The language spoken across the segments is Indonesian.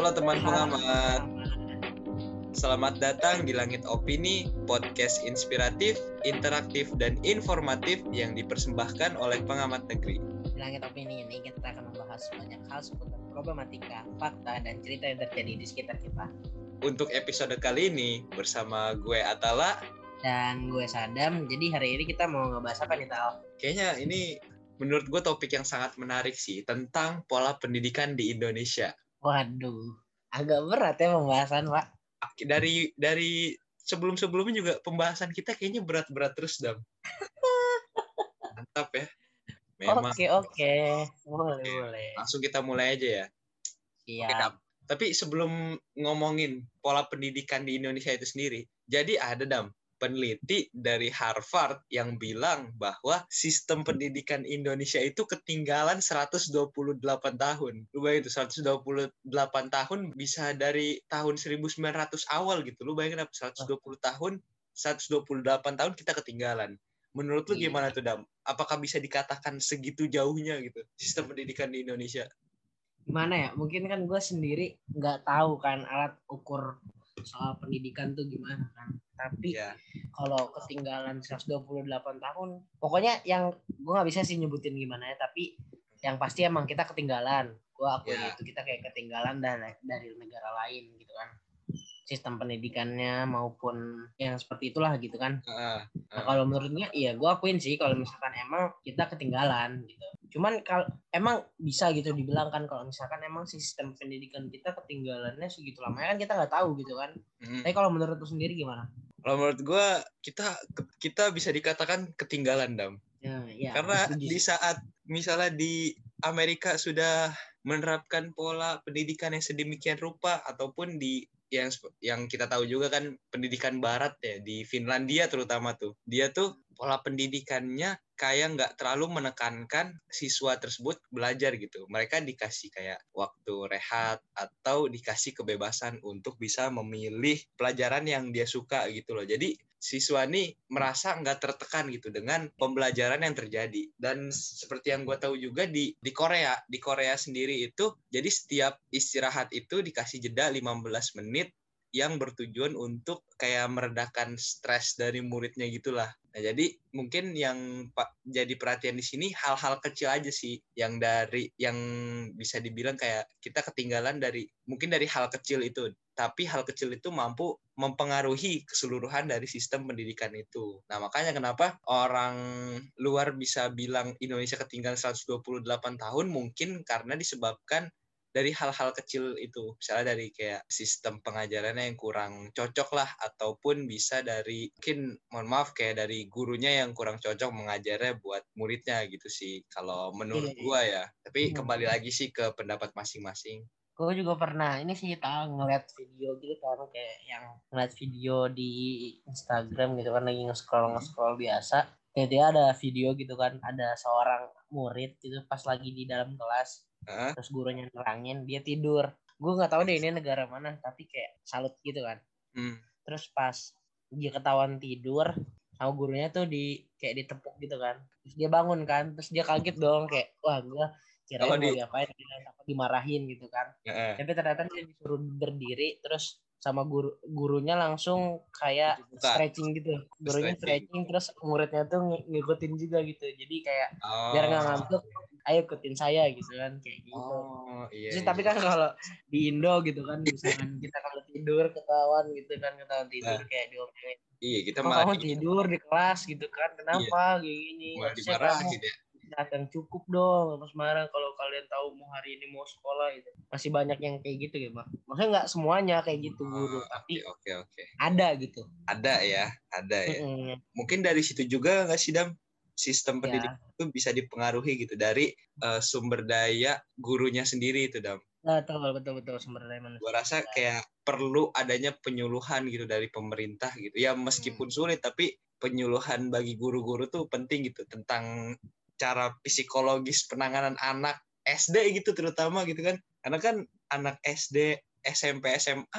Halo teman pengamat, selamat datang di Langit Opini, podcast inspiratif, interaktif, dan informatif yang dipersembahkan oleh pengamat negeri. Di Langit Opini ini kita akan membahas banyak hal seputar problematika, fakta, dan cerita yang terjadi di sekitar kita. Untuk episode kali ini, bersama gue Atala dan gue Sadam. Jadi hari ini kita mau ngebahas apa nih, Tal? Kayaknya ini menurut gue topik yang sangat menarik sih, tentang pola pendidikan di Indonesia. Waduh, agak berat ya pembahasan, Pak. Dari sebelum-sebelumnya juga pembahasan kita kayaknya berat-berat terus, Dam. Mantap ya. Memang. Oke. Boleh. Langsung kita mulai aja ya. Iya. Oke, Dam. Tapi sebelum ngomongin pola pendidikan di Indonesia itu sendiri, jadi ada, Dam, peneliti dari Harvard yang bilang bahwa sistem pendidikan Indonesia itu ketinggalan 128 tahun. Lu bayangin itu 128 tahun bisa dari tahun 1900 awal gitu. Lu bayangin apa 128 tahun kita ketinggalan. Menurut lu gimana tuh, Dam? Apakah bisa dikatakan segitu jauhnya gitu sistem pendidikan di Indonesia? Gimana ya? Mungkin kan gue sendiri nggak tahu kan alat ukur soal pendidikan tuh gimana kan. Tapi kalau ketinggalan 128 tahun, pokoknya yang gue nggak bisa sih nyebutin gimana ya, tapi yang pasti emang kita ketinggalan. Gue akui itu kita kayak ketinggalan dari negara lain gitu kan. Sistem pendidikannya maupun yang seperti itulah gitu kan. Nah kalau menurutnya iya gue akuin sih kalau misalkan emang kita ketinggalan gitu. Cuman kalau emang bisa gitu dibilang kan kalau misalkan emang sistem pendidikan kita ketinggalannya segitu lamanya kan kita nggak tahu gitu kan. Tapi kalau menurut lu sendiri gimana? Kalau menurut gue kita bisa dikatakan ketinggalan, Dam. Ya, karena di saat misalnya di Amerika sudah menerapkan pola pendidikan yang sedemikian rupa, ataupun di yang kita tahu juga kan pendidikan barat ya, di Finlandia terutama tuh, dia tuh pola pendidikannya kayak nggak terlalu menekankan siswa tersebut belajar gitu. Mereka dikasih kayak waktu rehat atau dikasih kebebasan untuk bisa memilih pelajaran yang dia suka gitu loh. Jadi siswa nih merasa nggak tertekan gitu dengan pembelajaran yang terjadi. Dan seperti yang gue tahu juga di Korea sendiri itu, jadi setiap istirahat itu dikasih jeda 15 menit yang bertujuan untuk kayak meredakan stres dari muridnya gitulah. Nah, jadi mungkin yang jadi perhatian di sini hal-hal kecil aja sih yang bisa dibilang kayak kita ketinggalan mungkin dari hal kecil itu. Tapi hal kecil itu mampu mempengaruhi keseluruhan dari sistem pendidikan itu. Nah, makanya kenapa orang luar bisa bilang Indonesia ketinggalan 128 tahun, mungkin karena disebabkan dari hal-hal kecil itu. Misalnya dari kayak sistem pengajarannya yang kurang cocok lah, ataupun bisa dari mungkin, mohon maaf, kayak dari gurunya yang kurang cocok mengajarnya buat muridnya gitu sih, kalau menurut gua ya. Tapi kembali lagi sih ke pendapat masing-masing. Gue juga pernah ini sih ngeliat video gitu kan, kayak yang ngeliat video di Instagram gitu kan, lagi nge-scroll biasa. Jadi ada video gitu kan, ada seorang murid gitu pas lagi di dalam kelas, terus gurunya nerangin, dia tidur. Gue nggak tahu deh ini negara mana, tapi kayak salut gitu kan. Terus pas dia ketahuan tidur, sama gurunya tuh kayak ditepuk gitu kan. Terus dia bangun kan, terus dia kaget dong, kayak wah gue kirain mau diapain, dimarahin gitu kan. Tapi ternyata dia disuruh berdiri, terus sama gurunya langsung kayak stretching gitu. Gurunya stretching, terus muridnya tuh ngikutin juga gitu. Jadi kayak biar nggak ngantuk, ayo ikutin saya gitu kan, kayak gitu. Terus tapi kan kalau di Indo gitu kan, misalkan kita kalau tidur ketahuan gitu kan, ketahuan tidur kayak diomelin. Iya, kita kamu tidur di kelas gitu kan, kenapa kayak gini? Harusnya kamu istirahat yang cukup dong, apa semarang kalau kalian tahu mau hari ini mau sekolah gitu. Masih banyak yang kayak gitu ya, Bang. Maksudnya nggak semuanya kayak gitu guru, tapi ada gitu. Ada ya. Mungkin dari situ juga nggak sih, Dam? Sistem pendidikan itu bisa dipengaruhi gitu dari sumber daya gurunya sendiri itu, Dam. Betul sumber daya manusia. Gue rasa kayak perlu adanya penyuluhan gitu dari pemerintah gitu. Ya meskipun sulit, tapi penyuluhan bagi guru-guru tuh penting gitu, tentang cara psikologis penanganan anak SD gitu terutama gitu kan. Karena kan anak SD, SMP, SMA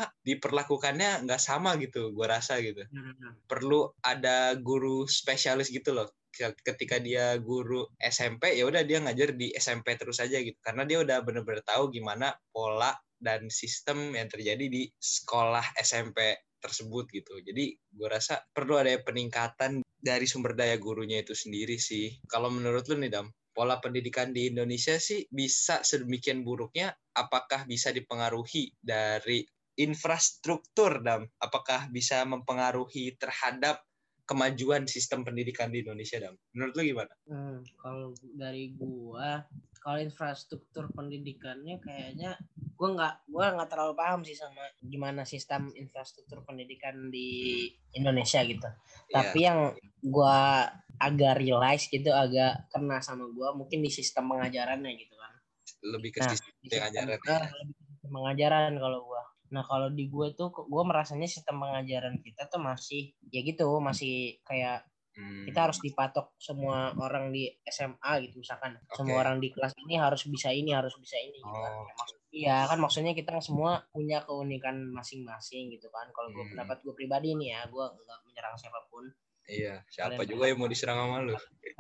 diperlakukannya nggak sama gitu, gue rasa gitu. Perlu ada guru spesialis gitu loh. ketika dia guru SMP ya udah dia ngajar di SMP terus aja gitu karena dia udah bener-bener tahu gimana pola dan sistem yang terjadi di sekolah SMP tersebut gitu. Jadi gue rasa perlu ada peningkatan dari sumber daya gurunya itu sendiri sih. Kalau menurut lu nih Dam, pola pendidikan di Indonesia sih bisa sedemikian buruknya, apakah bisa dipengaruhi dari infrastruktur, Dam? Apakah bisa mempengaruhi terhadap kemajuan sistem pendidikan di Indonesia, Dam? Menurut lu gimana? Kalau dari gua, kalau infrastruktur pendidikannya kayaknya gua nggak terlalu paham sih sama gimana sistem infrastruktur pendidikan di Indonesia gitu. Tapi yang gua agak realize gitu, agak kena sama gua mungkin di sistem pengajarannya gitu kan. Lebih ke Nah, sistem pengajaran ya. lebih ke sistem pengajaran kalau gua. Nah, kalau di gue tuh gue merasanya sistem pengajaran kita tuh masih ya gitu, masih kayak kita harus dipatok semua orang di SMA gitu misalkan. Semua orang di kelas ini harus bisa ini gitu kan. Iya kan maksudnya kita semua punya keunikan masing-masing gitu kan. Kalau gue pendapat gue pribadi nih ya, gue nggak menyerang siapapun. Iya, siapa juga yang mau diserang sama lu.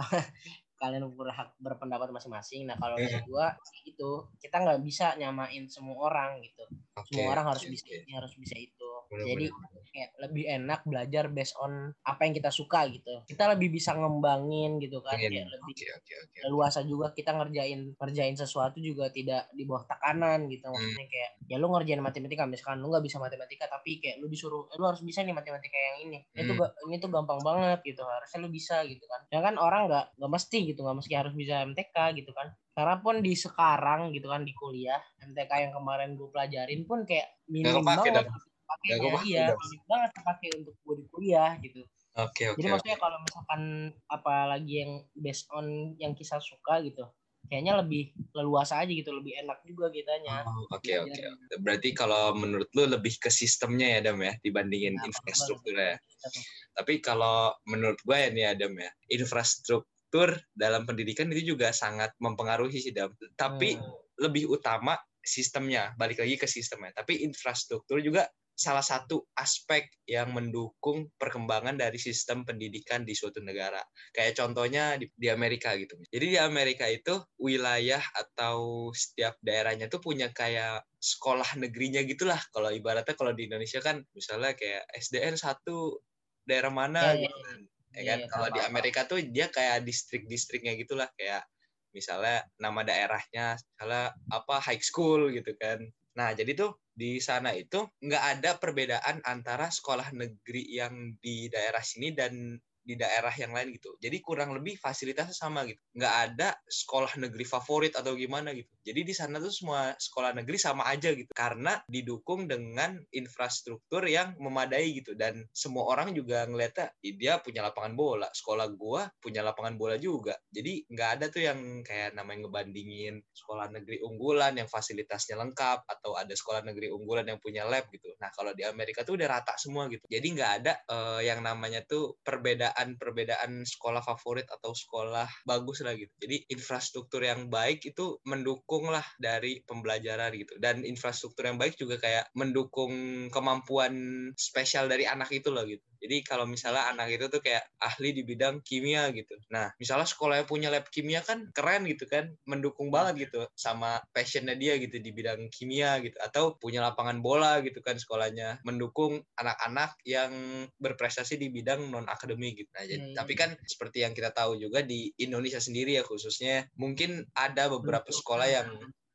Kalian berhak berpendapat masing-masing. Nah kalau dari gue itu kita nggak bisa nyamain semua orang gitu. Semua orang harus bisa ini, harus bisa itu. Jadi kayak lebih enak belajar based on apa yang kita suka gitu. Kita lebih bisa ngembangin gitu kan. Kayak lebih leluasa juga kita ngerjain sesuatu juga tidak di bawah tekanan gitu. Maksudnya kayak ya lu ngerjain matematika misalkan lu nggak bisa matematika tapi kayak lu disuruh lu harus bisa nih matematika yang ini. Ini tuh gampang banget gitu. Harusnya lu bisa gitu kan. Ya kan orang nggak mesti gitu, nggak mesti harus bisa MTK gitu kan. Karena pun di sekarang gitu kan di kuliah MTK yang kemarin gue pelajarin pun kayak minim banget pakainya. Iya, minim banget kepake untuk gue di kuliah gitu. Jadi maksudnya kalau misalkan apalagi yang based on yang kita suka gitu, kayaknya lebih leluasa aja gitu, lebih enak juga kitanya. Oke. Berarti kalau menurut lu lebih ke sistemnya ya Dam ya dibandingin infrastrukturnya ya. Tapi kalau menurut gue ya nih Adam ya, infrastruktur dalam pendidikan itu juga sangat mempengaruhi sih Dam. Tapi lebih utama sistemnya, balik lagi ke sistemnya. Tapi infrastruktur juga salah satu aspek yang mendukung perkembangan dari sistem pendidikan di suatu negara. Kayak contohnya di Amerika gitu. Jadi di Amerika itu wilayah atau setiap daerahnya tuh punya kayak sekolah negerinya gitulah. Kalau ibaratnya kalau di Indonesia kan misalnya kayak SDN 1 daerah mana gitu kan. Ya kan kalau di Amerika tuh dia kayak distrik-distriknya gitulah kayak misalnya nama daerahnya misalnya apa high school gitu kan. Nah, jadi tuh di sana itu nggak ada perbedaan antara sekolah negeri yang di daerah sini dan di daerah yang lain gitu. Jadi kurang lebih fasilitasnya sama gitu. Nggak ada sekolah negeri favorit atau gimana gitu. Jadi di sana tuh semua sekolah negeri sama aja gitu. Karena didukung dengan infrastruktur yang memadai gitu. Dan semua orang juga ngeliatnya, dia punya lapangan bola. Sekolah gua punya lapangan bola juga. Jadi nggak ada tuh yang kayak namanya ngebandingin sekolah negeri unggulan yang fasilitasnya lengkap atau ada sekolah negeri unggulan yang punya lab gitu. Nah kalau di Amerika tuh udah rata semua gitu. Jadi nggak ada yang namanya tuh perbedaan sekolah favorit atau sekolah bagus lah gitu. Jadi infrastruktur yang baik itu mendukung lah dari pembelajaran gitu. Dan infrastruktur yang baik juga kayak mendukung kemampuan spesial dari anak itu loh gitu. Jadi kalau misalnya anak itu tuh kayak ahli di bidang kimia gitu. Nah, misalnya sekolahnya punya lab kimia kan keren gitu kan, mendukung banget gitu sama passionnya dia gitu di bidang kimia gitu. Atau punya lapangan bola gitu kan sekolahnya, mendukung anak-anak yang berprestasi di bidang non-akademik gitu. Nah, tapi kan seperti yang kita tahu juga di Indonesia sendiri ya khususnya, mungkin ada beberapa sekolah yang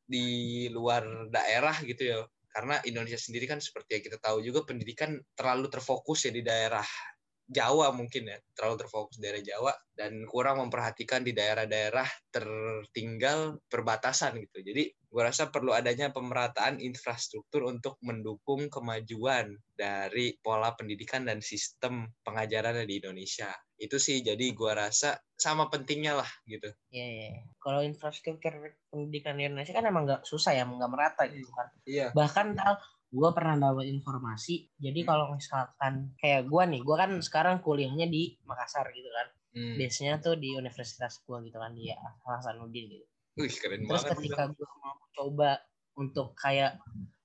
di luar daerah gitu ya. Karena Indonesia sendiri kan seperti yang kita tahu juga pendidikan terlalu terfokus ya di daerah Jawa mungkin ya, terlalu terfokus di daerah Jawa dan kurang memperhatikan di daerah-daerah tertinggal perbatasan gitu. Jadi gue rasa perlu adanya pemerataan infrastruktur untuk mendukung kemajuan dari pola pendidikan dan sistem pengajaran di Indonesia. Itu sih jadi gue rasa sama pentingnya lah gitu. Iya. Kalau infrastruktur pendidikan di Indonesia kan emang nggak susah ya, nggak merata gitu kan. Iya. Bahkan gue pernah dapat informasi. Jadi kalau misalkan kayak gue kan sekarang kuliahnya di Makassar gitu kan. Base-nya tuh di universitas gue gitu kan, di Hasanuddin gitu. Wih, keren Terus banget. ketika gue mau coba untuk kayak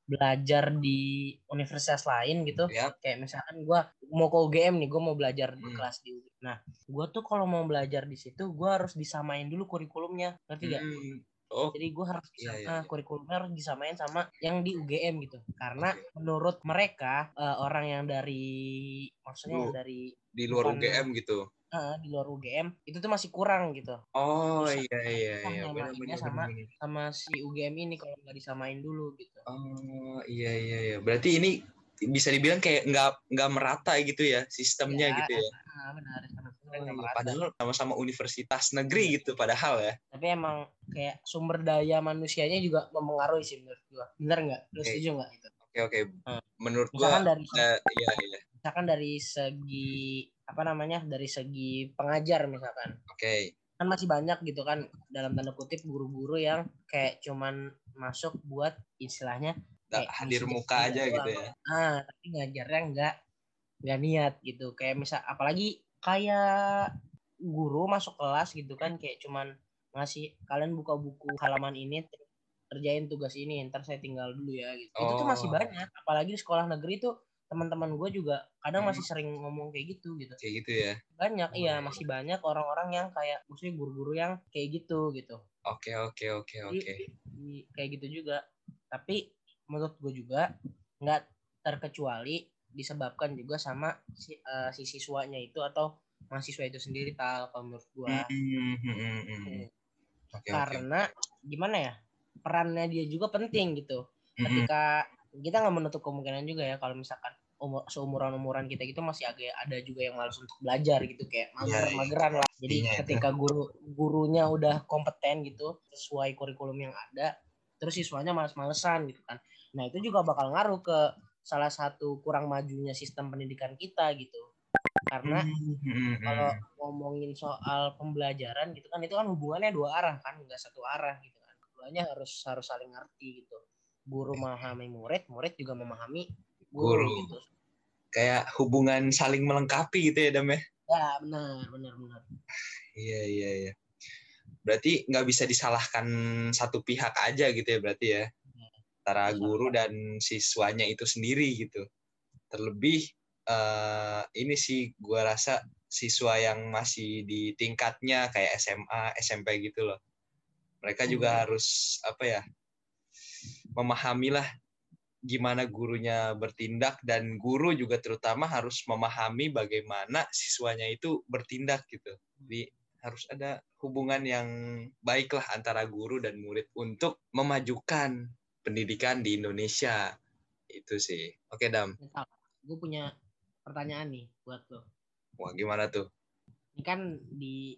belajar di universitas lain gitu. Yap. Kayak misalkan gue mau ke UGM nih, gue mau belajar di kelas di UGM. Nah, gue tuh kalau mau belajar di situ, gue harus disamain dulu kurikulumnya, ngerti gak? Oh, Jadi gue harus iya. kurikulumnya harus disamain sama yang di UGM gitu. Karena menurut mereka orang yang dari, maksudnya yang dari di luar UGM gitu. Di luar UGM itu tuh masih kurang gitu. Oh, Susah iya. nyamainnya Benar. sama si UGM ini kalau nggak disamain dulu gitu. Oh, iya. Berarti ini bisa dibilang kayak nggak merata gitu ya sistemnya gitu ya. Benar. Oh, Nggak iya. merata. Padahal sama-sama universitas negeri gitu padahal ya. Tapi emang kayak sumber daya manusianya juga mempengaruhi sih menurut gua. Bener nggak? Lu setuju nggak itu? Oke. Menurut Misalkan gua dari iya. misalkan dari segi apa namanya? Dari segi pengajar misalkan. Oke. Kan masih banyak gitu kan dalam tanda kutip guru-guru yang kayak cuman masuk buat istilahnya kayak Hadir muka aja gitu ya. Tapi ngajarnya nggak niat gitu. Kayak misal apalagi kayak guru masuk kelas gitu kan kayak cuman ngasih kalian buka buku halaman ini kerjain tugas ini ntar saya tinggal dulu ya gitu. Itu tuh masih banyak apalagi di sekolah negeri tuh teman-teman gue juga kadang masih sering ngomong kayak gitu kayak gitu ya banyak masih banyak orang-orang yang kayak maksudnya guru-guru yang kayak gitu oke kayak gitu juga tapi menurut gue juga nggak terkecuali disebabkan juga sama si siswanya itu atau mahasiswa itu sendiri kalau menurut gue karena gimana ya perannya dia juga penting gitu ketika kita nggak menutup kemungkinan juga ya kalau misalkan seumuran kita gitu masih agak ada juga yang malas untuk belajar gitu kayak mageran lah jadi ketika gurunya udah kompeten gitu sesuai kurikulum yang ada terus siswanya males-malesan gitu kan nah itu juga bakal ngaruh ke salah satu kurang majunya sistem pendidikan kita gitu karena kalau ngomongin soal pembelajaran gitu kan itu kan hubungannya dua arah kan nggak satu arah gitu kan keduanya harus saling ngerti gitu guru memahami murid juga memahami guru gitu kayak hubungan saling melengkapi gitu ya Dam ya benar iya berarti nggak bisa disalahkan satu pihak aja gitu ya berarti ya antara guru dan siswanya itu sendiri gitu terlebih ini sih gue rasa siswa yang masih di tingkatnya kayak SMA, SMP gitu loh. Mereka juga harus memahami lah gimana gurunya bertindak dan guru juga terutama harus memahami bagaimana siswanya itu bertindak gitu. Jadi harus ada hubungan yang baik lah antara guru dan murid untuk memajukan pendidikan di Indonesia. Itu sih. Oke, Dam. Gue punya pertanyaan nih buat lo. Wah, gimana tuh? Ini kan di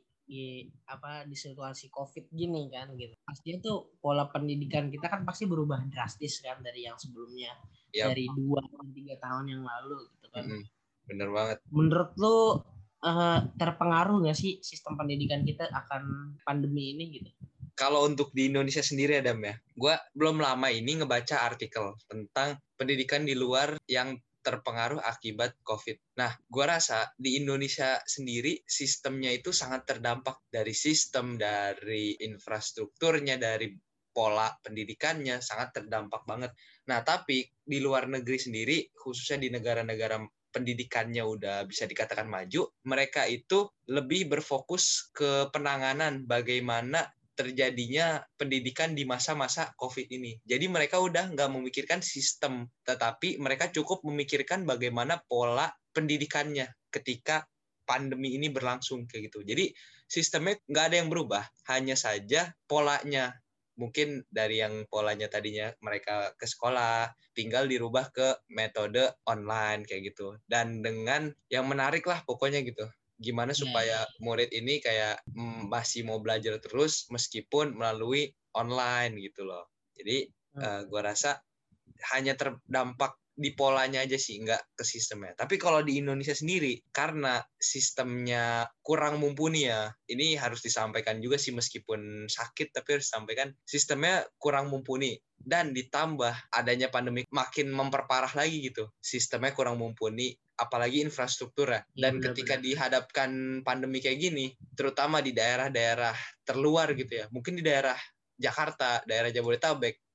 situasi COVID gini kan gitu. Pastinya tuh pola pendidikan kita kan pasti berubah drastis kan dari yang sebelumnya. Dari 2-3 tahun yang lalu gitu kan. Bener banget. Menurut lo terpengaruh nggak sih sistem pendidikan kita akan pandemi ini gitu? Kalau untuk di Indonesia sendiri Adam ya, gue belum lama ini ngebaca artikel tentang pendidikan di luar yang terpengaruh akibat COVID. Nah, gue rasa di Indonesia sendiri sistemnya itu sangat terdampak dari sistem, dari infrastrukturnya, dari pola pendidikannya sangat terdampak banget. Nah, tapi di luar negeri sendiri, khususnya di negara-negara pendidikannya udah bisa dikatakan maju, mereka itu lebih berfokus ke penanganan bagaimana terjadinya pendidikan di masa-masa COVID ini. Jadi mereka udah nggak memikirkan sistem, tetapi mereka cukup memikirkan bagaimana pola pendidikannya ketika pandemi ini berlangsung kayak gitu. Jadi sistemnya nggak ada yang berubah, hanya saja polanya. Mungkin dari yang polanya tadinya mereka ke sekolah, tinggal dirubah ke metode online kayak gitu. Dan dengan yang menarik lah pokoknya gitu. Gimana supaya murid ini kayak masih mau belajar terus meskipun melalui online gitu loh. Jadi gue rasa hanya terdampak di polanya aja sih, nggak ke sistemnya. Tapi kalau di Indonesia sendiri, karena sistemnya kurang mumpuni ya, ini harus disampaikan juga sih meskipun sakit, tapi harus disampaikan sistemnya kurang mumpuni. Dan ditambah adanya pandemi makin memperparah lagi gitu. Sistemnya kurang mumpuni, apalagi infrastruktur ya. Dan ketika dihadapkan pandemi kayak gini, terutama di daerah-daerah terluar gitu ya, mungkin di daerah Jakarta, daerah Jabodetabek,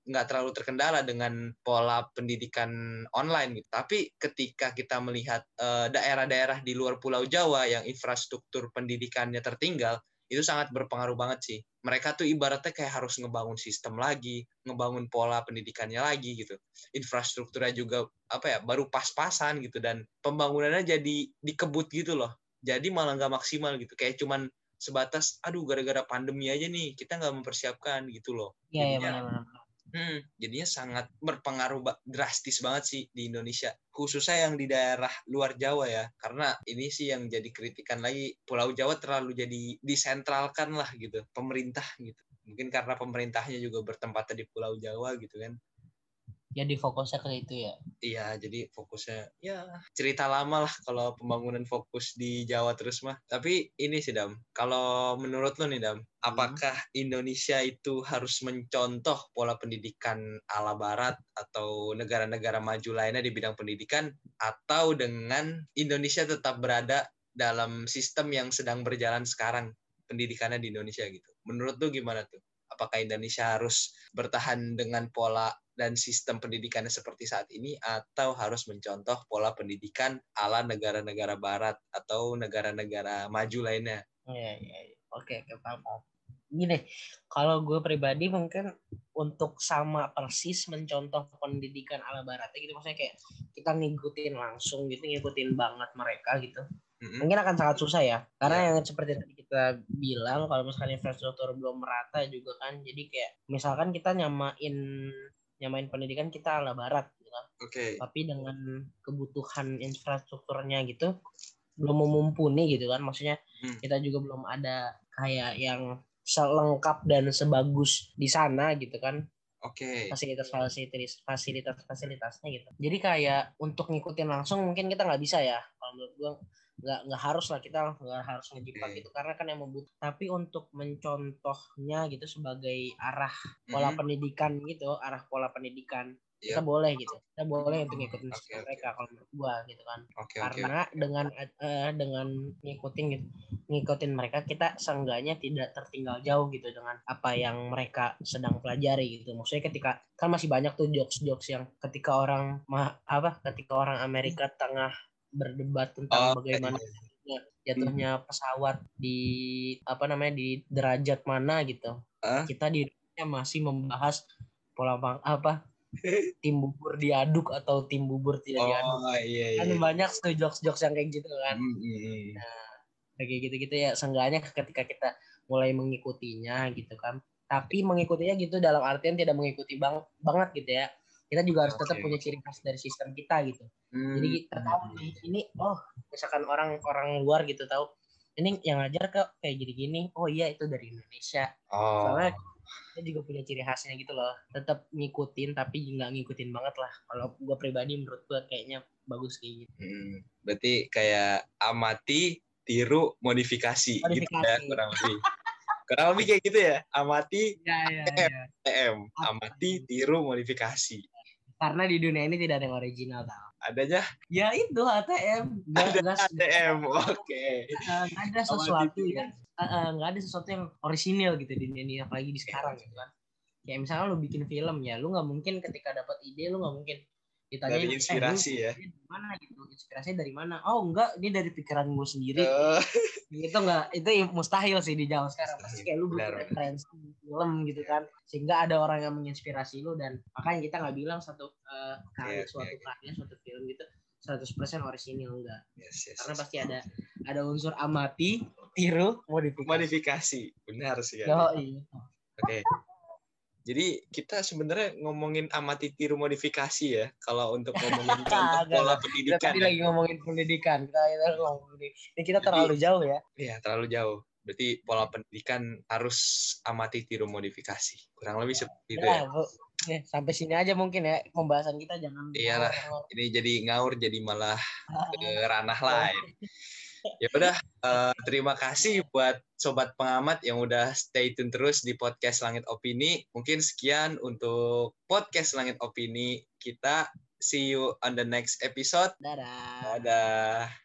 nggak terlalu terkendala dengan pola pendidikan online gitu. Tapi ketika kita melihat daerah-daerah di luar Pulau Jawa yang infrastruktur pendidikannya tertinggal, itu sangat berpengaruh banget sih. Mereka tuh ibaratnya kayak harus ngebangun sistem lagi, ngebangun pola pendidikannya lagi gitu. Infrastrukturnya juga baru pas-pasan gitu, dan pembangunannya jadi dikebut gitu loh. Jadi malah nggak maksimal gitu. Kayak cuman sebatas, aduh gara-gara pandemi aja nih kita nggak mempersiapkan gitu loh. Iya, Jadinya benar-benar. jadinya sangat berpengaruh drastis banget sih di Indonesia, khususnya yang di daerah luar Jawa ya, karena ini sih yang jadi kritikan lagi, Pulau Jawa terlalu jadi disentralkan lah gitu, pemerintah gitu. Mungkin karena pemerintahnya juga bertempatnya di Pulau Jawa gitu kan. Jadi fokusnya ke itu ya. Iya, jadi fokusnya ya cerita lama lah kalau pembangunan fokus di Jawa terus mah. Tapi ini sih Dam, kalau menurut lo nih Dam, apakah Indonesia itu harus mencontoh pola pendidikan ala Barat atau negara-negara maju lainnya di bidang pendidikan, atau dengan Indonesia tetap berada dalam sistem yang sedang berjalan sekarang pendidikannya di Indonesia gitu? Menurut lo gimana tuh? Apakah Indonesia harus bertahan dengan pola dan sistem pendidikannya seperti saat ini, atau harus mencontoh pola pendidikan ala negara-negara Barat atau negara-negara maju lainnya? Iya. Oke, paham. Gini, kalau gue pribadi mungkin untuk sama persis mencontoh pendidikan ala Baratnya gitu, maksudnya kayak kita ngikutin langsung gitu, ngikutin banget mereka gitu. Mungkin akan sangat susah ya, karena yang seperti tadi kita bilang, kalau misalkan infrastruktur belum merata juga kan, jadi kayak misalkan kita nyamain pendidikan kita ala Barat gitu kan. Tapi dengan kebutuhan infrastrukturnya gitu belum mumpuni gitu kan, maksudnya kita juga belum ada kayak yang selengkap dan sebagus di sana gitu kan. Fasilitasnya gitu. Jadi kayak untuk ngikutin langsung mungkin kita nggak bisa ya. Kalau menurut gue nggak harus lah, kita nggak harus ngejiplak gitu, karena kan yang membutuhkan. Tapi untuk mencontohnya gitu sebagai arah pola pendidikan gitu, kita boleh gitu. Kita boleh untuk ngikutin sistem mereka kalau menurut gua gitu kan. Karena dengan ngikutin mereka, kita seenggaknya tidak tertinggal jauh gitu dengan apa yang mereka sedang pelajari gitu. Maksudnya ketika kan masih banyak tuh jokes yang ketika orang Amerika tengah berdebat tentang bagaimana jatuhnya pesawat di di derajat mana gitu. Kita di Indonesia masih membahas pola tim bubur diaduk atau tim bubur tidak diaduk. Kan banyak tuh jokes yang kayak gitu kan. Nah, kayak gitu-gitu ya, seenggaknya ketika kita mulai mengikutinya gitu kan. Tapi mengikutinya gitu dalam artian tidak mengikuti banget gitu ya. Kita juga harus tetap punya ciri khas dari sistem kita gitu. Jadi kita tahu nih, ini misalkan orang luar gitu tahu, ini yang ngajar kayak gini-gini, oh iya itu dari Indonesia. Soalnya kita juga punya ciri khasnya gitu loh. Tetap ngikutin tapi nggak ngikutin banget lah. Kalau gue pribadi, menurut gue kayaknya bagus kayak gitu. Berarti kayak amati, tiru, modifikasi. Gitu ya, kurang lebih kayak gitu ya. Amati, ATM. Amati, tiru, modifikasi. Karena di dunia ini tidak ada yang original tau. Adanya? Ya itu ATM. Ada ATM, oke. Nggak ada sesuatu yang nggak ada sesuatu yang orisinil gitu di dunia ini, apalagi di sekarang gitu kan. Kayak misalnya lu bikin film ya, lu nggak mungkin ketika dapat ide lu nggak mungkin ditanya dari inspirasi ya. Mana gitu, inspirasinya dari mana? Oh enggak, ini dari pikiran gue sendiri. Itu enggak, itu mustahil sih di zaman sekarang. Pasti kayak lu butuh referensi film gitu kan, sehingga ada orang yang menginspirasi lu, dan makanya kita nggak bilang suatu karya suatu film gitu 100% orisinil, enggak. Karena pasti ada unsur amati, tiru, modifikasi. Benar sih kan. Oke. Jadi kita sebenarnya ngomongin amati, tiru, modifikasi ya. Kalau untuk ngomongin contoh pola pendidikan. Kita tadi lagi ngomongin pendidikan. Kita terlalu jauh ya. Iya, terlalu jauh. Berarti pola pendidikan harus amati, tiru, modifikasi. Kurang lebih seperti itu ya. Sampai sini aja mungkin ya pembahasan kita, jangan. Iyalah, ini jadi ngawur, jadi malah ke ranah lain. Ya udah, terima kasih buat sobat pengamat yang udah stay tune terus di podcast Langit Opini. Mungkin sekian untuk podcast Langit Opini kita. See you on the next episode. Dadah. Dadah.